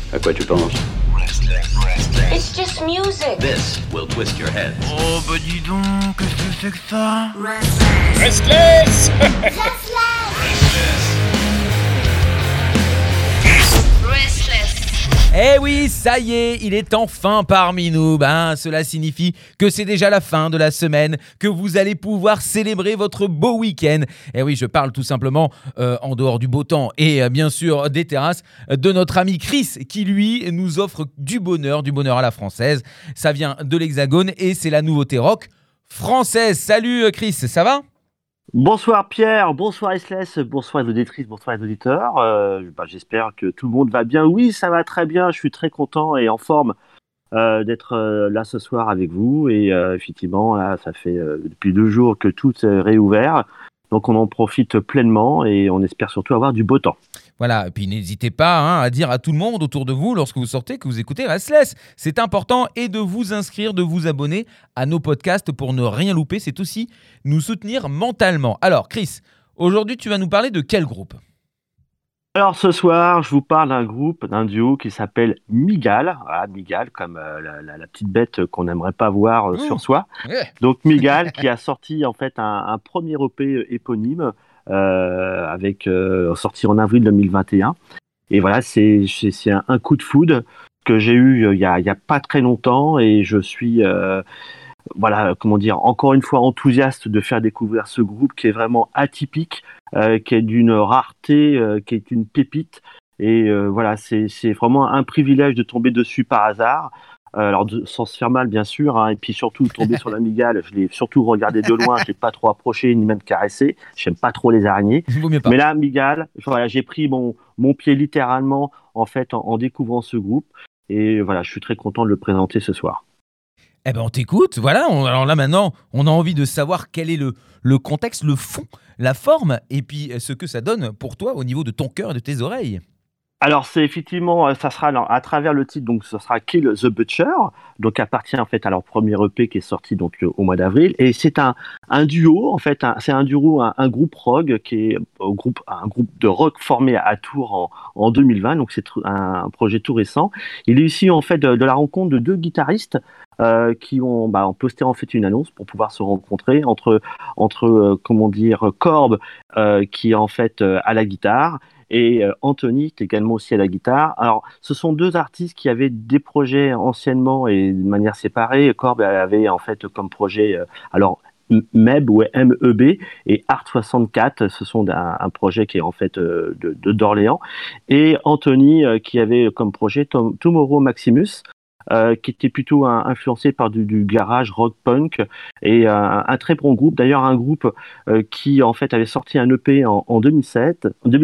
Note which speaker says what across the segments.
Speaker 1: À quoi tu penses?
Speaker 2: It's just music.
Speaker 1: This will twist your head.
Speaker 3: Oh bah dis donc, qu'est-ce que c'est que ça?
Speaker 4: Restless.
Speaker 5: Eh oui, ça y est, il est enfin parmi nous. Cela signifie que c'est déjà la fin de la semaine, que vous allez pouvoir célébrer votre beau week-end. Eh oui, je parle tout simplement, en dehors du beau temps et bien sûr des terrasses, de notre ami Chris qui lui nous offre du bonheur à la française. Ça vient de l'Hexagone et c'est la nouveauté rock française. Salut Chris, ça va ?
Speaker 6: Bonsoir Pierre, bonsoir Restless, bonsoir les auditrices, bonsoir les auditeurs. J'espère que tout le monde va bien. Oui, ça va très bien, je suis très content et en forme d'être là ce soir avec vous. Et effectivement, là, ça fait depuis 2 jours que tout est réouvert. Donc on en profite pleinement et on espère surtout avoir du beau temps.
Speaker 5: Voilà, et puis n'hésitez pas à dire à tout le monde autour de vous, lorsque vous sortez, que vous écoutez Restless. C'est important, et de vous inscrire, de vous abonner à nos podcasts pour ne rien louper. C'est aussi nous soutenir mentalement. Alors Chris, aujourd'hui tu vas nous parler de quel groupe ?
Speaker 6: Alors ce soir, je vous parle d'un duo qui s'appelle Mygale. Voilà, Mygale, comme la petite bête qu'on n'aimerait pas voir sur soi.
Speaker 5: Ouais.
Speaker 6: Donc Mygale qui a sorti en fait un premier EP éponyme sorti en avril 2021. Et voilà, c'est un coup de foudre que j'ai eu il y a pas très longtemps et je suis encore une fois enthousiaste de faire découvrir ce groupe qui est vraiment atypique, qui est d'une rareté, qui est une pépite. Et c'est vraiment un privilège de tomber dessus par hasard. Sans se faire mal, bien sûr, et puis surtout tomber sur la Mygale. Je l'ai surtout regardé de loin, je l'ai pas trop approché ni même caressé. J'aime pas trop les araignées.
Speaker 5: Vaut mieux pas.
Speaker 6: Mais là, Mygale, j'ai pris mon pied littéralement en découvrant ce groupe. Et voilà, je suis très content de le présenter ce soir.
Speaker 5: Eh ben on t'écoute, voilà. Alors là maintenant, on a envie de savoir quel est le contexte, le fond, la forme, et puis ce que ça donne pour toi au niveau de ton cœur et de tes oreilles.
Speaker 6: Alors c'est effectivement, ça sera à travers le titre, donc ce sera Kill the Butcher, donc appartient en fait à leur premier EP qui est sorti donc au mois d'avril, et c'est un duo en fait, c'est un duo, un groupe rock qui est un groupe de rock formé à Tours en 2020, donc c'est un projet tout récent. Il est ici en fait de la rencontre de 2 guitaristes qui ont posté en fait une annonce pour pouvoir se rencontrer entre Corb qui est en fait à la guitare et Anthony est également aussi à la guitare. Alors ce sont 2 artistes qui avaient des projets anciennement et de manière séparée. Corb avait en fait comme projet MEB ou MEB et Art 64, ce sont un projet qui est en fait d'Orléans, et Anthony qui avait comme projet Tomorrow Maximus, qui était plutôt influencé par du garage rock punk, et un très bon groupe, d'ailleurs un groupe qui en fait avait sorti un EP en 2016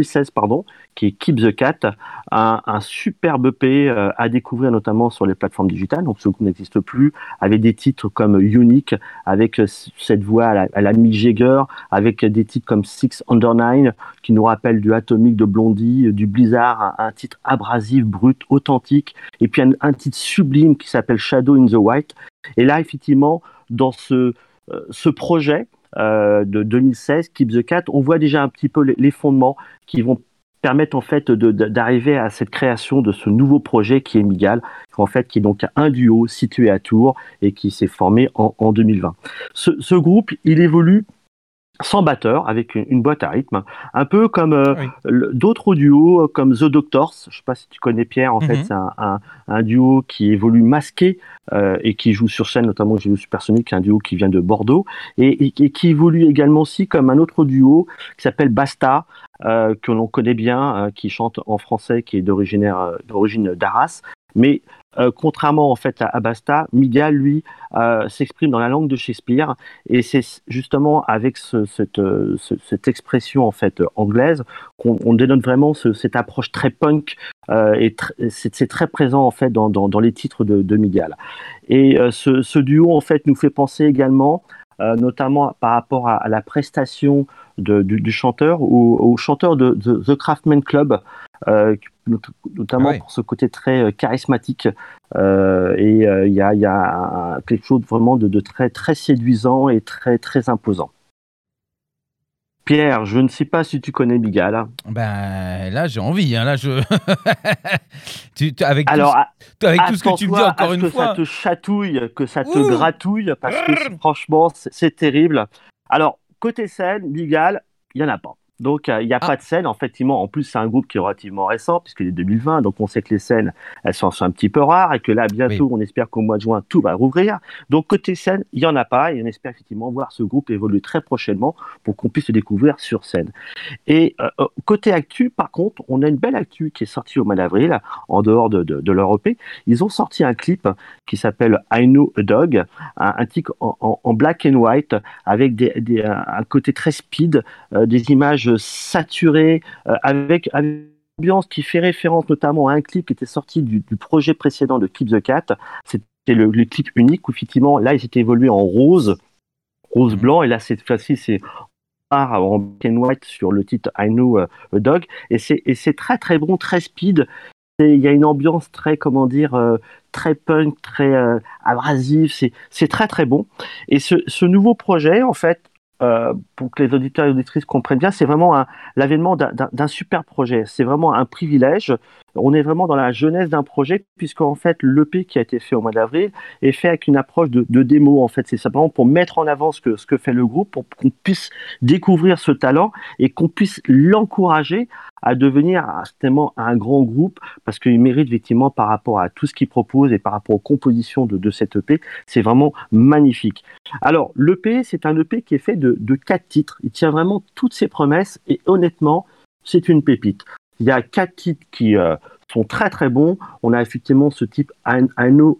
Speaker 6: qui est Keep the Cat, un superbe EP à découvrir notamment sur les plateformes digitales. Donc ce groupe n'existe plus, avec des titres comme Unique, avec cette voix à la Mick Jagger, avec des titres comme Six Under Nine qui nous rappellent du Atomic de Blondie, du Blizzard, un titre abrasif, brut, authentique, et puis un titre sublime qui s'appelle Shadow in the White. Et là effectivement dans ce projet de 2016, Keep the Cat, on voit déjà un petit peu les fondements qui vont permettre en fait d'arriver à cette création de ce nouveau projet qui est Mygale, qui est donc un duo situé à Tours et qui s'est formé en 2020. Ce groupe, il évolue sans batteur, avec une boîte à rythme, un peu comme d'autres duos comme The Doctors. Je ne sais pas si tu connais Pierre, en fait c'est un duo qui évolue masqué et qui joue sur scène, notamment Géo Supersonic, qui est un duo qui vient de Bordeaux, et qui évolue également aussi comme un autre duo qui s'appelle Basta, que l'on connaît bien, qui chante en français, qui est d'origine d'Arras, mais contrairement en fait à Basta, Mygale lui s'exprime dans la langue de Shakespeare, et c'est justement avec cette expression en fait anglaise qu'on dénote vraiment cette approche très punk, et c'est très présent en fait dans les titres de Mygale. Et ce duo en fait nous fait penser également notamment par rapport à la prestation du chanteur, au chanteur de The Craftsman Club, notamment pour ce côté très charismatique, et il y a quelque chose vraiment de très, très séduisant et très, très imposant. Pierre, je ne sais pas si tu connais Bigal.
Speaker 5: Ben là, j'ai envie. Là, avec
Speaker 6: Alors,
Speaker 5: tout ce que tu me dis encore une fois.
Speaker 6: Que ça te chatouille, que ça te gratouille, parce que franchement, c'est terrible. Alors, côté scène, Bigal, il n'y en a pas. Donc, il n'y a pas de scène. Effectivement, en plus, c'est un groupe qui est relativement récent, puisqu'il est 2020. Donc, on sait que les scènes, elles sont un petit peu rares et que là, bientôt, on espère qu'au mois de juin, tout va rouvrir. Donc, côté scène, il n'y en a pas. Et on espère effectivement voir ce groupe évoluer très prochainement pour qu'on puisse le découvrir sur scène. Et côté actu, par contre, on a une belle actu qui est sortie au mois d'avril, en dehors de leur EP. Ils ont sorti un clip qui s'appelle I Know a Dog, un titre en black and white, avec un côté très speed, des images saturées, avec une ambiance qui fait référence notamment à un clip qui était sorti du projet précédent de Keep the Cat. C'était le clip unique où effectivement, là, ils étaient évolués en rose blanc, et là, cette fois-ci, c'est en black and white sur le titre I Know a Dog, et c'est très très bon, très speed. Il y a une ambiance très, très punk, très abrasive, c'est très très bon. Et ce nouveau projet, en fait, pour que les auditeurs et auditrices comprennent bien, c'est vraiment l'avènement d'un super projet. C'est vraiment un privilège. On est vraiment dans la jeunesse d'un projet, puisqu'en fait, l'EP qui a été fait au mois d'avril est fait avec une approche de démo. En fait, c'est simplement pour mettre en avant ce que fait le groupe, pour qu'on puisse découvrir ce talent et qu'on puisse l'encourager à devenir justement un grand groupe, parce qu'il mérite effectivement par rapport à tout ce qu'il propose et par rapport aux compositions de cette EP, c'est vraiment magnifique. Alors, l'EP, c'est un EP qui est fait de 4 titres. Il tient vraiment toutes ses promesses et honnêtement, c'est une pépite. Il y a 4 titres qui sont très très bons. On a effectivement ce titre I Know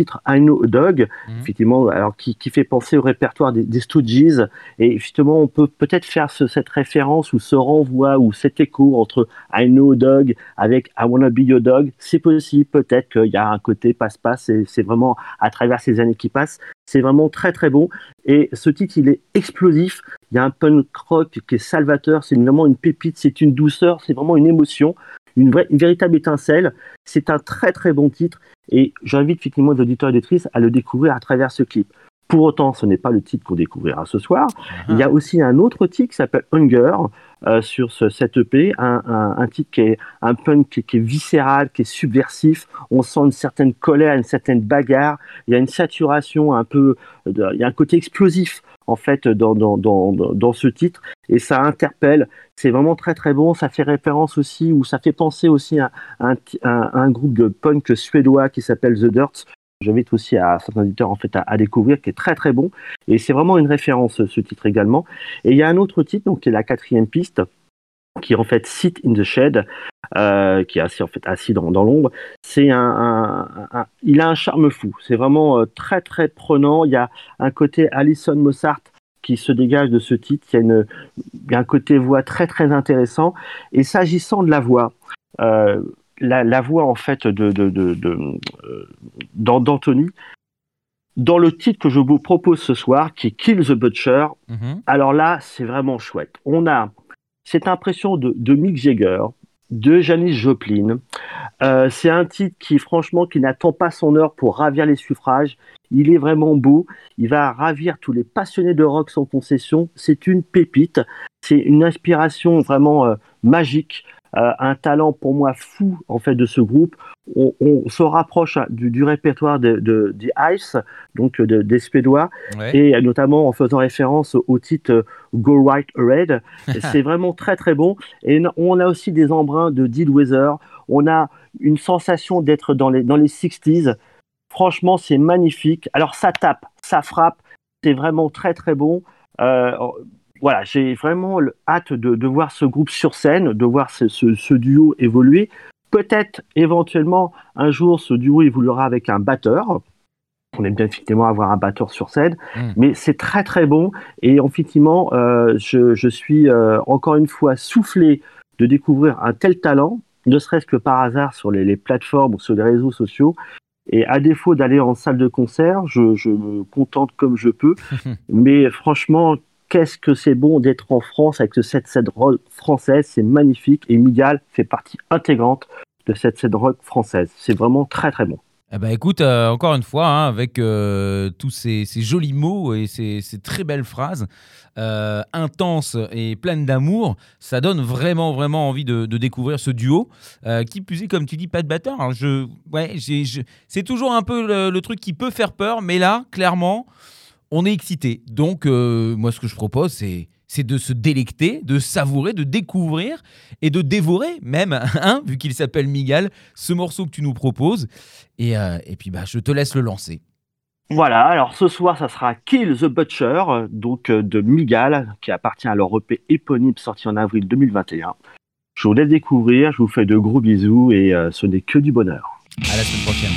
Speaker 6: a Dog, effectivement, alors qui fait penser au répertoire des Stooges. Et justement, on peut peut-être faire cette référence ou ce renvoi ou cet écho entre I Know a Dog avec I Wanna Be Your Dog. C'est possible, peut-être qu'il y a un côté passe-passe. Et c'est vraiment à travers ces années qui passent. C'est vraiment très très bon. Et ce titre, il est explosif. Il y a un punk rock qui est salvateur. C'est vraiment une pépite. C'est une douceur. C'est vraiment une émotion. Une véritable étincelle. C'est un très très bon titre et j'invite effectivement les auditeurs et auditrices à le découvrir à travers ce clip. Pour autant, ce n'est pas le titre qu'on découvrira ce soir. Il y a aussi un autre titre qui s'appelle Hunger sur cette EP, un titre qui est un punk qui est viscéral, qui est subversif. On sent une certaine colère, une certaine bagarre. Il y a une saturation il y a un côté explosif en fait dans ce titre et ça interpelle. C'est vraiment très très bon. Ça fait référence aussi, ou ça fait penser aussi à un groupe de punk suédois qui s'appelle The Dirt. J'invite aussi à certains auditeurs en fait à découvrir, qui est très très bon. Et c'est vraiment une référence ce titre également. Et il y a un autre titre donc qui est la 4e piste, qui est en fait Sit in the Shade, qui est assis dans l'ombre. Il a un charme fou. C'est vraiment très très prenant. Il y a un côté Alison Mozart qui se dégage de ce titre. Il y a un côté voix très très intéressant. Et s'agissant de la voix, la voix en fait d'Anthony, dans le titre que je vous propose ce soir, qui est Kill the Butcher, alors là, c'est vraiment chouette. On a cette impression de Mick Jagger, de Janis Joplin. C'est un titre qui, franchement, qui n'attend pas son heure pour ravir les suffrages. Il est vraiment beau. Il va ravir tous les passionnés de rock sans concession. C'est une pépite. C'est une inspiration vraiment magique. Un talent pour moi fou en fait de ce groupe. On se rapproche du répertoire des Ice, donc des Suédois, et notamment en faisant référence au titre Go Right Ahead. C'est vraiment très très bon. Et on a aussi des embruns de Dead Weather. On a une sensation d'être dans les 60s. Franchement, c'est magnifique. Alors ça tape, ça frappe. C'est vraiment très très bon. Voilà, j'ai vraiment hâte de voir ce groupe sur scène, de voir ce duo évoluer. Peut-être, éventuellement, un jour, ce duo évoluera avec un batteur. On aime bien effectivement avoir un batteur sur scène, mais c'est très très bon. Et effectivement, je suis encore une fois soufflé de découvrir un tel talent, ne serait-ce que par hasard sur les plateformes ou sur les réseaux sociaux. Et à défaut d'aller en salle de concert, je me contente comme je peux. Mais franchement, qu'est-ce que c'est bon d'être en France avec cette scène rock française, c'est magnifique. Et Migal fait partie intégrante de cette scène rock française. C'est vraiment très très bon.
Speaker 5: Eh ben écoute, encore une fois, hein, avec tous ces jolis mots et ces très belles phrases intenses et pleines d'amour, ça donne vraiment, vraiment envie de découvrir ce duo. Qui plus est, comme tu dis, pas de batteur. Alors c'est toujours un peu le truc qui peut faire peur, mais là, clairement, on est excité. Donc, moi, ce que je propose, c'est de se délecter, de savourer, de découvrir et de dévorer même, hein, vu qu'il s'appelle Miguel, ce morceau que tu nous proposes. Et puis, je te laisse le lancer.
Speaker 6: Voilà, alors ce soir, ça sera Kill the Butcher, donc de Miguel, qui appartient à leur EP éponyme sorti en avril 2021. Je vous laisse découvrir, je vous fais de gros bisous et ce n'est que du bonheur.
Speaker 5: À la semaine prochaine.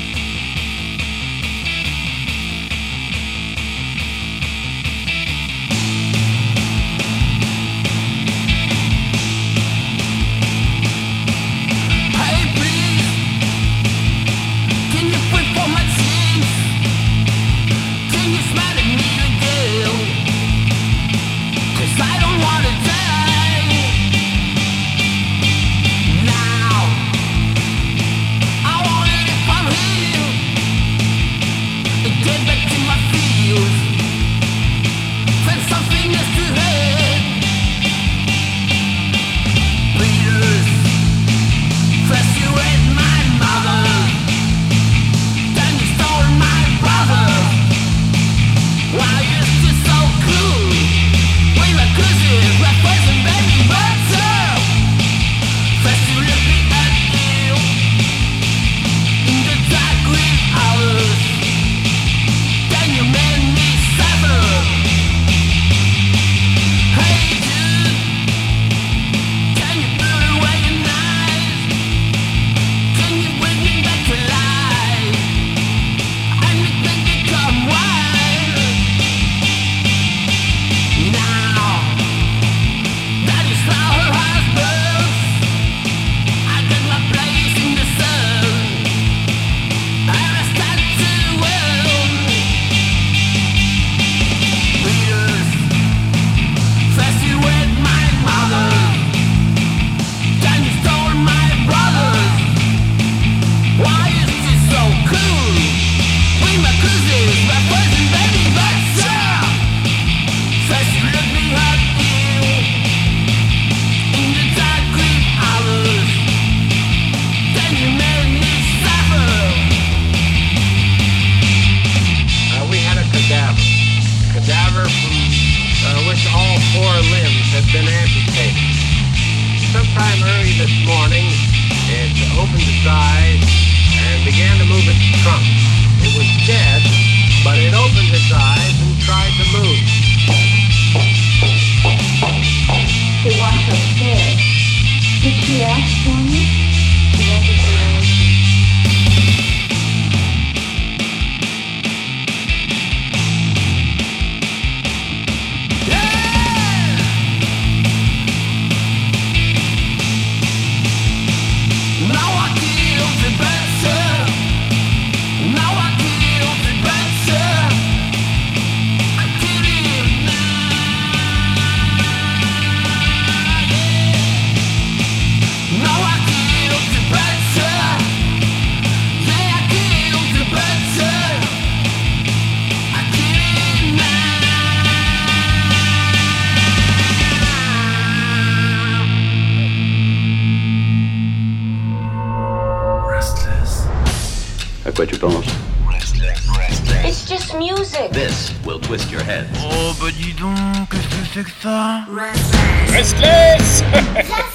Speaker 1: quoi tu penses?
Speaker 2: It's just music.
Speaker 1: This will twist your head.
Speaker 3: Oh, bah dis donc, qu'est-ce que c'est que ça?
Speaker 4: Restless